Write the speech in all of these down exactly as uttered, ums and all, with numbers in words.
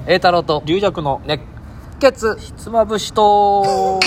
栄太郎と龍尺の熱血ひつまぶしと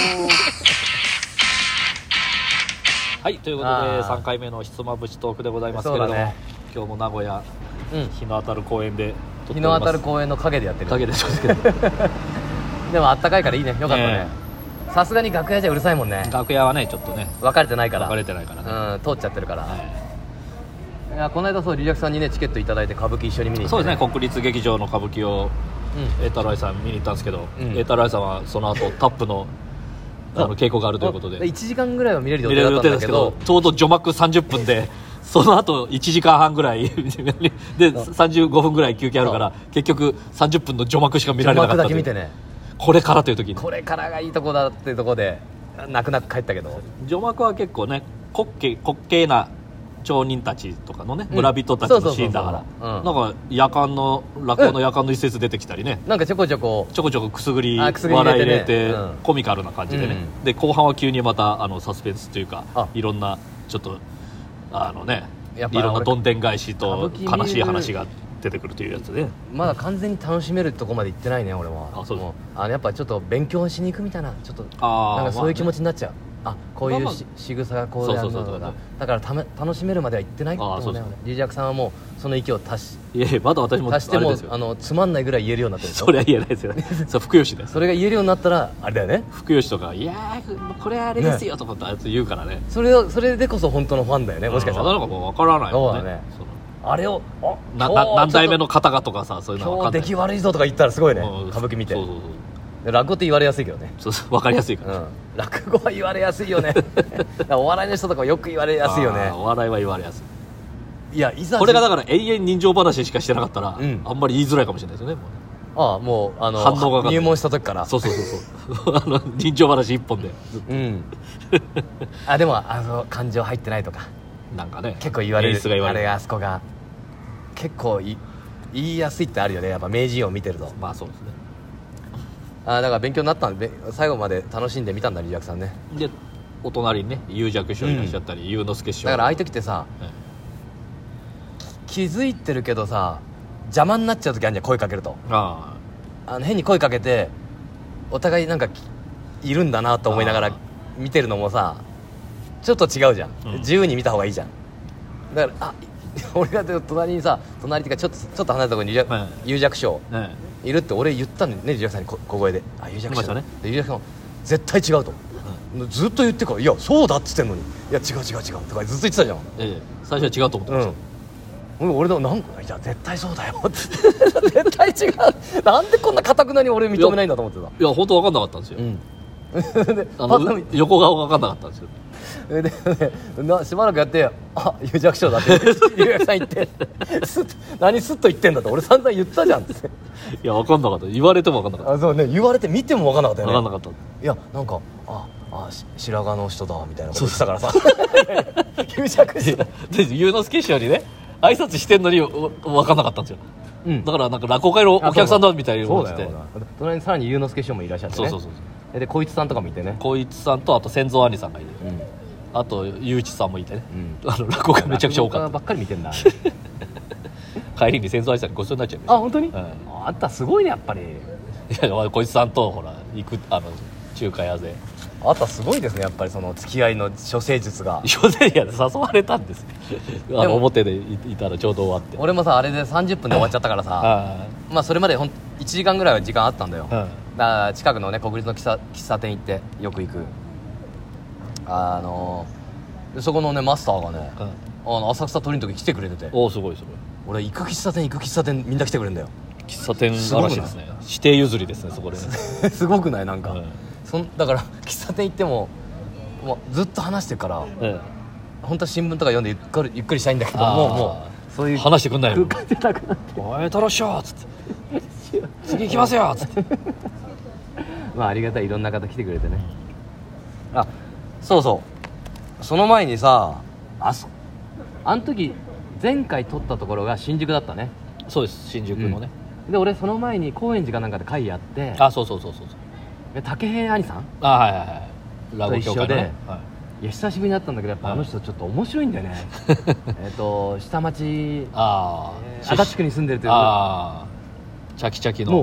はいということでさんかいめのひつまぶしトークでございますけれども、ね、今日も名古屋、うん、日の当たる公園で日の当たる公園の陰でやってる陰でしょうけどでもあったかいからいいね、よかったね。さすがに楽屋じゃうるさいもんね。 楽屋はねちょっとね分かれてないから分かれてないからね、 うん、通っちゃってるから、はい、いやこの間そうリリアクさんにねチケットいただいて歌舞伎一緒に見に行って、ね、 そうですね、国立劇場の歌舞伎を栄太郎愛さん見に行ったんですけど、栄太郎愛さんはその後タップのあの稽古があるということでいちじかんぐらいは見れる予定だったんだけど、 ちょうど序幕さんじゅっぷんでその後いちじかんはんぐらいでさんじゅうごふんぐらい休憩あるから結局さんじゅっぷんの序幕しか見られなかった。 序幕だけ見てね、 これからという時にこれからがいいとこだっていうとこで泣く泣く帰ったけど、 序幕は結構ね滑稽滑稽な町人たちとかのね、うん、村人たちのシーンだからなんか夜間の落語の夜間の一節出てきたりね、 うん、なんかちょこちょこちょこちょこくすぐり笑い入れて、ねうん、コミカルな感じでね、うん、で後半は急にまたあのサスペンスというかいろんなちょっとあのねいろんなどんでん返しと悲しい話が出てくるというやつで、 まだ完全に楽しめるとこまで行ってないね俺は。 あそうです。 あのやっぱちょっと勉強しに行くみたいなちょっとなんかそういう気持ちになっちゃう。あこういうし仕草がこうやるのだだからため楽しめるまでは行ってないってことだよね。リリアクさんはもうその域を達しいやいやまだ私も足してもあのつまんないぐらい言えるようになってる。 それは言えないですよねそう福吉です。 それが言えるようになったらあれだよね。 福吉とかいやこれあれですよとかってやつ言うからね、 それをそれでこそ本当のファンだよね。もしかしたらなんかもう分からないもんね。 あれをなな何代目の方がとかさそういうの今日出来悪いぞとか言ったらすごいね、歌舞伎見て。そうそうそう落語って言われやすいけどね。 そうそう分かりやすいから、うん、 落語は言われやすいよねお笑いの人とかよく言われやすいよね。 お笑いは言われやすい。 いやいざこれがだから永遠人情話しかしてなかったら、うん、あんまり言いづらいかもしれないですよね。 ああもうあの反応が入門した時からそうそうそうそうあの人情話一本でうんあでもあの感情入ってないとかなんかね結構言われる。 演出が言われる。 あれあそこが結構い言いやすいってあるよね、やっぱ名人を見てると。 まあそうですね。 あだから勉強になったんで最後まで楽しんでみたんだリリアクさんね。 でお隣にね有寂師匠いらっしゃったり、うん、祐之介師匠だからああいう時ってさ、うん、気づいてるけどさ邪魔になっちゃう時あるじゃん、声かけると。ああの変に声かけてお互いなんかいるんだなと思いながら見てるのもさちょっと違うじゃん、うん、自由に見た方がいいじゃん。だからあ俺が隣にさ隣っていうかちょっとちょっと離れたところに有寂師匠いるって俺言ったんだよね、リリアクさんに小声で。あ有寂師匠ね。でリリアクさん絶対違うと、うん、ずっと言ってからいやそうだっつってんのにいや違う違う違うとかずっと言ってたじゃん、 ええ、最初は違うと思ってました、 うん、俺でもなんかいや絶対そうだよって絶対違うなんでこんな堅くなに俺認めないんだと思ってた。 いや本当分かんなかったんですよ、うん、であの横顔分かんなかったんですよで、ね、なしばらくやってあ有寂師匠だって有寂さん言ってす何スッと言ってんだって俺散々言ったじゃんっていや分かんなかった。言われても分かんなかった。 あそうね言われて見ても分かんなかったよね。 分かんなかった。 いやなんかああ白髪の人だみたいなこと言ってたからさ有寂師匠祐之介師匠にね挨拶してんのに分かんなかったんですよ、うん、だからなんか落語会のお客さんだみたいに思ってて隣にさらに祐之介師匠もいらっしゃってね。そうそうそうそうで小一さんとかもいてね。 小一さんとあと千蔵兄さんがいて、うんあとゆういちさんもいてね、うん、あの落語がめちゃくちゃ多かった。 ばっかり見てんだ帰りに千蔵兄さんにごちそうになっちゃう。 あ本当に、うん、あんたすごいねやっぱり。いや小一さんとほら行くあの中華屋であんたすごいですねやっぱりその付き合いの処世術が。 処世術誘われたんですあの表でいたらちょうど終わって俺もさあれでさんじゅっぷんで終わっちゃったからさまあそれまでほんいちじかんぐらいは時間あったんだよ、うん、だから近くのね国立の喫茶、喫茶店行ってよく行くあのー、そこのねマスターがね、うん、あの浅草鳥の時来てくれてておすごいすごい俺行く喫茶店行く喫茶店みんな来てくれるんだよ。 喫茶店嵐ですね。指定譲りですねそこで。 すごくないなんか、うん、そんだから喫茶店行っても、もうずっと話してるから、うん、本当は新聞とか読んでゆっくりゆっくりしたいんだけどもうもうそういう話してくんないよ。 空間出なくなっておい楽しよっつって次行きますよっつってまあありがたいいろんな方来てくれてね。あそうそうその前にさあそあの時前回撮ったところが新宿だったね。 そうです新宿のね、 うん、で俺その前に高円寺かなんかで会やってあそうそうそうそうで竹平兄さんあはいはいはい落語協会のね、 はい、いや久しぶりに会ったんだけどやっぱあの人ちょっと面白いんだよねえっと下町あ、えー、足立区に住んでるというあチャキチャキの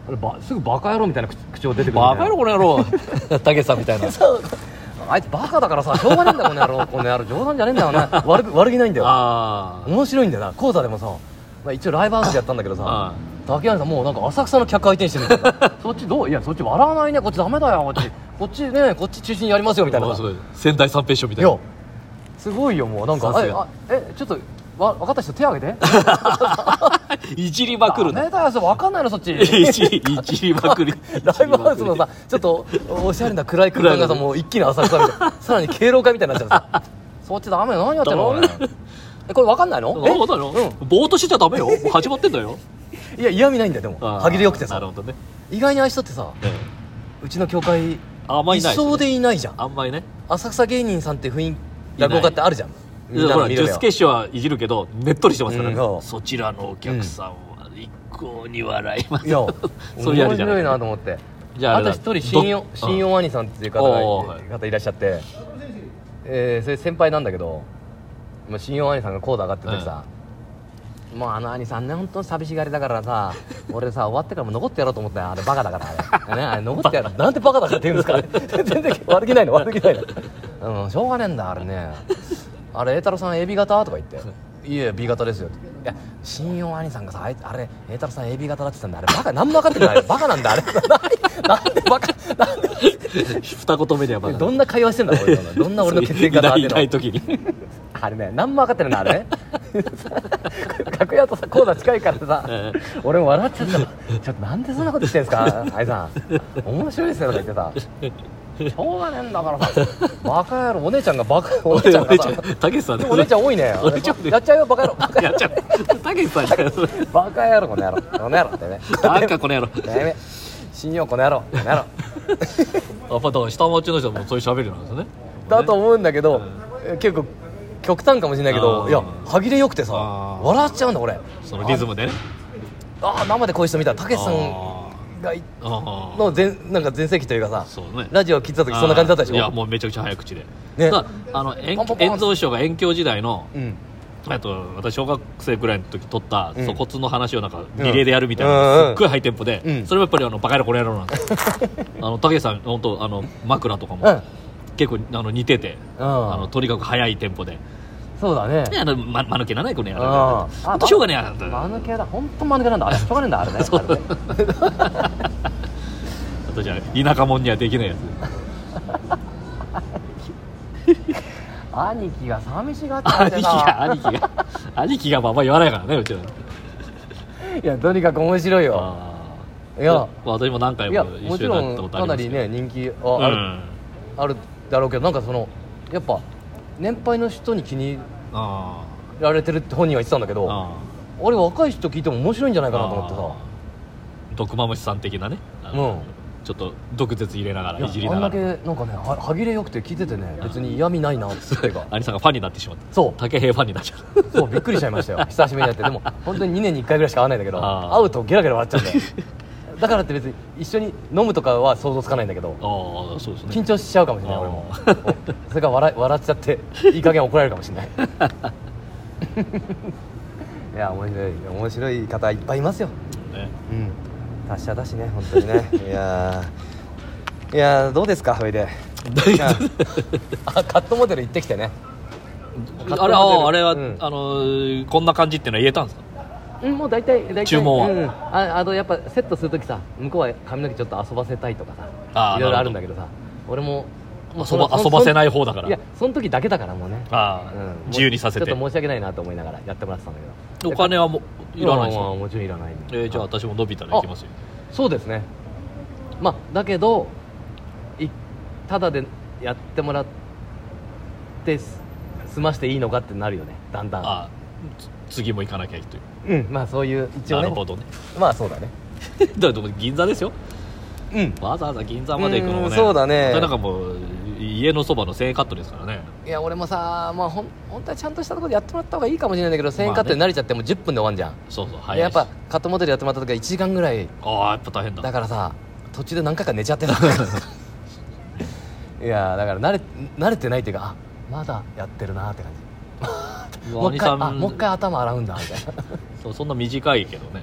ばすぐバカ野郎みたいな口調出てくる、 バカ野郎この野郎たけしさんみたいなあいつバカだからさしょうがねえんだよこの野郎この野郎冗談じゃねえんだよな悪く悪気ないんだよあ面白いんだよな講座でもさ、まあ、一応ライブハウスでやったんだけどさ竹谷さんもうなんか浅草の客相手にしてるんだよそっちどういやそっち笑わないねこっちダメだよこっちこっちねこっち中心にやりますよみたいな仙台三平師匠みたいないやすごいよもうなんかああえちょっとわ分かった人手挙げていじりまくるダメだよそれ分かんないのそっちいじりいじりまくりライブハウスのさちょっとおしゃれな暗い空間がさもう一気に浅草みたいなさらに敬老会みたいになっちゃうさそっちダメよ何やってんのえこれ分かんないの分かんないの、うん、ぼーっとしてちゃダメよ始まってんだよいや嫌味ないんだよでも歯切れよくてさなるほど、ね、 意外にああいう人ってさ、ええ、うちの教会あんまいない、 ね、いそうでいないじゃんあんまりね浅草芸人さんって雰囲気落語家ってあるじゃんみんなの見るよジュースケッシュはいじるけどねっとりしてますからね、うん、そちらのお客さんは一向に笑います、うん、いやそういうやりじゃない面白いなと思ってじゃああと一人新四新四兄さんっていう方が方いらっしゃって、えー、それ先輩なんだけど新四兄さんがコード上がっててさ、うん、もうあの兄さんね本当に寂しがりだからさ俺さ終わってからも残ってやろうと思ったよあれバカだからあれ、ね、あれ残ってやろうなんてバカだからって言うんですか全然悪気ないの悪気ないの、うん、しょうがねえんだあれねあれ栄太郎さん エービー 型とか言っていや ビー 型ですよっていや新四兄さんがさあれ栄太郎さん エービー 型だって言ったんだあれバカ何も分かってないバカなんだあれなんでバカなんで二言目ではバカどんな会話してんだ俺どんな俺の血液型っていない時にあれね何も分かってるなあれ楽屋とさコーナー近いからさ俺も笑っちゃったちょっとなんでそんなことしてんすかあいさん面白いですよとか言ってさしょうがねえんだからさバカ野郎お姉ちゃんがバカお姉ちゃんがさたけしさんお姉ちゃん多いねやっちゃうよバカ野郎やっちゃうたけしさんバカ野郎この野郎この野郎ってねバカこの野郎信用この野郎この野郎やっぱだから下町の人もそういう喋りなんですよねだと思うんだけど、うん、結構極端かもしれないけどいや歯切れよくてさ笑っちゃうんだ俺そのリズムでねああ生でこういう人見たらたけしさんがの前なんか全盛期というかさそう、ね、ラジオ聞いてた時そんな感じだったでしょいやもうめちゃくちゃ早口で、ね、あの遠蔵師匠が遠鏡時代の、うんあと私小学生くらいの時撮った粗骨の話をなんかリレーでやるみたいな、うん、すっごいハイテンポで、うん、それもやっぱりあのバカ野郎この野郎なんですあのたけしさん本当あの枕とかも、うん、結構あの似てて、うん、あのとにかく速いテンポでそうだねあのま間抜けなないこの野郎本当しょうがねえや間抜けだ本当間抜けなんだあれしょうがねえんだあれねそうねあとじゃあ田舎者にはできないやつ兄貴が寂しがっちゃってさ兄貴が兄貴が兄貴がまあまあ言わないからねうちらいやとにかく面白いよいや私も何回も一緒になったことありますけどもちろんかなりね人気あある、うん、あるだろうけどなんかそのやっぱ年配の人に気に入られてるって本人は言ってたんだけど俺若い人聞いても面白いんじゃないかなと思ってさ毒まむしさん的なねうんちょっと毒舌入れながらいじりながらあんだけなんかね歯切れよくて聞いててね別に嫌味ないなってか兄さんがファンになってしまったそう竹平ファンになっちゃうそうびっくりしちゃいましたよ久しぶりにやってでも本当ににねんにいっかいぐらいしか会わないんだけど会うとゲラゲラ笑っちゃうんだよだからって別に一緒に飲むとかは想像つかないんだけどあそうです、ね、緊張しちゃうかもしれない俺もそれから笑, 笑っちゃっていい加減怒られるかもしれないいや面白い面白い方いっぱいいますよ、ねうん達者だしね本当にねいやいやどうですかそれであカットモデル行ってきてねあれああれは、うん、あのこんな感じっていうのは言えたんですかうんもう大体大体注文は、 うん、ああのやっぱセットするときさ向こうは髪の毛ちょっと遊ばせたいとかさいろいろあるんだけどさ俺も遊ば、遊ばせない方だからいやその時だけだからもうねあ、うん、自由にさせてちょっと申し訳ないなと思いながらやってもらってたんだけどお金はもいらないですか、 まあ、もちろんいらない、 えー、じゃあ私も伸びたら行きますよそうですねまあだけどいただでやってもらって済ましていいのかってなるよねだんだんあ次も行かなきゃいいといううんまあそういう一応ねなるほどねまあそうだねだから銀座ですようんわざわざ銀座まで行くのもねそうだねなんかもう家のそばのせんえんカットですからねいや俺もさまあほん本当はちゃんとしたところでやってもらった方がいいかもしれないんだけどせんえんカットに慣れちゃってもうじゅっぷんで終わんじゃん、まあね、 そうそう早いやっぱカットモデルやってもらった時はいちじかんぐらいああやっぱ大変だだからさ途中で何回か寝ちゃってたいやだから慣れ慣れてないっていうかあまだやってるなって感じもう一回あもう一回頭洗うんだみたいなそうそんな短いけどね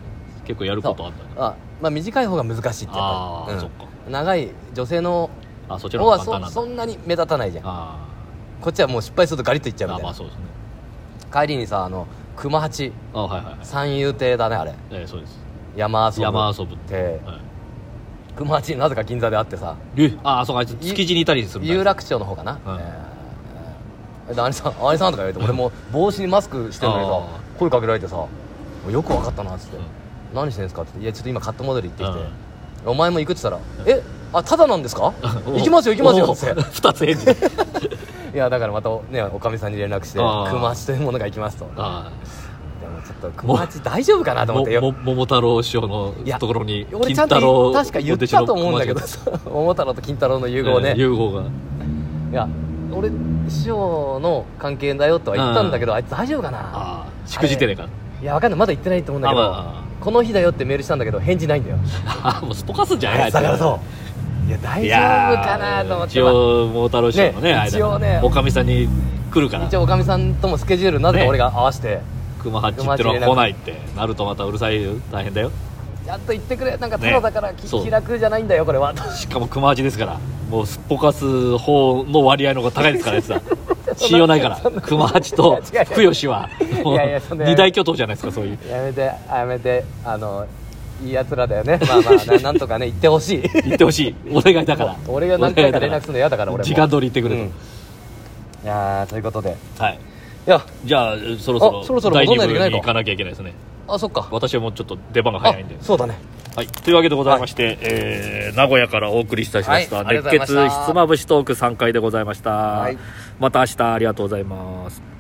結構やることあったね。 あ、まあ、短い方が難しいってやっぱり、 ああ、 うん、 そっか。 長い女性のあ、そっちの方は方が簡単なんだ。 そそんなに目立たないじゃん。 あこっちはもう失敗するとガリッといっちゃうみあ、 たいな。 まあそうですね。 帰りにさ、あの熊八、 あ、はいはいはい。 三遊亭だねあれ、 えー、そうです。 山遊ぶ山遊ぶっってはい、 熊八なぜか銀座で会ってさ、 え、ああ、そうか、あいつ築地にいたりするんだ。 有楽町の方かな、 うんえー、で兄さん兄さんとか言われて、俺も帽子にマスクしてるのにさ、声かけられてさ、よく分かったなっつって、うん、何してんすかって言って、いやちょっと今カットモデル行ってきて、うん、お前も行くって言ったら、え、あ、ただなんですか行きますよ行きますよってふたつ返事いやだからまたね、おかみさんに連絡して熊八というものが行きますと。あ、でもちょっと熊八大丈夫かなと思ってよ、 もも桃太郎師匠のところに俺ちゃんと確か言ったと思うんだけど桃太郎と金太郎の融合ね、 えー、融合が、 いや俺師匠の関係だよとは言ったんだけど、あいつ大丈夫かな。 あ、しくじってねえか。 いや分かんない、まだ言ってないと思うんだけど、まあ、この日だよってメールしたんだけど返事ないんだよもうすっぽかすんじゃない。 だからそう、いや大丈夫かなと思って、 一応桃太郎師匠のね、 ね、一応ね、 おかみさんに来るから、 一応おかみさんともスケジュールなぜか俺が合わせて、 熊八ってのは来ないってなるとまたうるさいよ、大変だよ。 やっと言ってくれ、なんかタダだから、ね、気楽じゃないんだよこれは。 しかも熊八ですから、もうすっぽかす方の割合の方が高いですからさ信用ないから熊八と福吉はもう二大巨頭じゃないですか。そういう、 やめてやめて、あのいいやつらだよね。まあまあ な, なんとかね言ってほしい言ってほしい、お願いだから俺が何回か連絡するの嫌だから、俺も時間通り言ってくれと、うん、 いやということで、 はい、いやじゃあそろそろそろそろだいに部に行かなきゃいけないですね。 あ、そっか、 私はもうちょっと出番が早いんで。 そうだね。 はい、というわけでございまして、はい、えー、名古屋からお送りいたしました、はい、熱血ひつまぶしトークさんかいでございました、はい、また明日ありがとうございます。